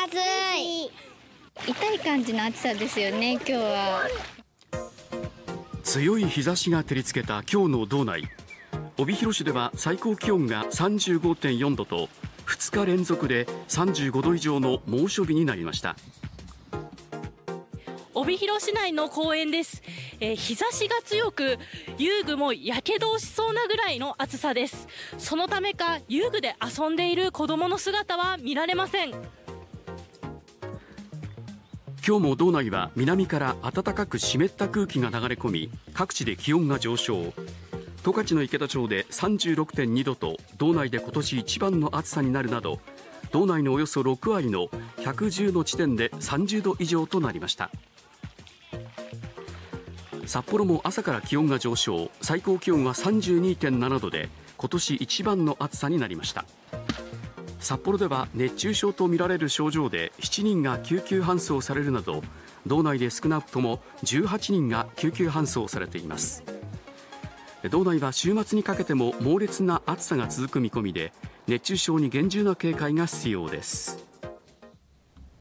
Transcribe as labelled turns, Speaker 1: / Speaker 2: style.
Speaker 1: 暑い。痛い感じの暑さですよね、今日は。
Speaker 2: 強い日差しが照りつけた今日の道内。帯広市では最高気温が 35.4 度と2日連続で35度以上の猛暑日になりました。
Speaker 3: 帯広市内の公園です。日差しが強く遊具もやけどをしそうなぐらいの暑さです。そのためか遊具で遊んでいる子どもの姿は見られません。
Speaker 2: 今日も道内は南から暖かく湿った空気が流れ込み、各地で気温が上昇。十勝の池田町で 36.2 度と道内で今年一番の暑さになるなど、道内のおよそ6割の110の地点で30度以上となりました。札幌も朝から気温が上昇、最高気温は 32.7 度で今年一番の暑さになりました。札幌では熱中症とみられる症状で7人が救急搬送されるなど、道内で少なくとも18人が救急搬送されています。道内は週末にかけても猛烈な暑さが続く見込みで、熱中症に厳重な警戒が必要です。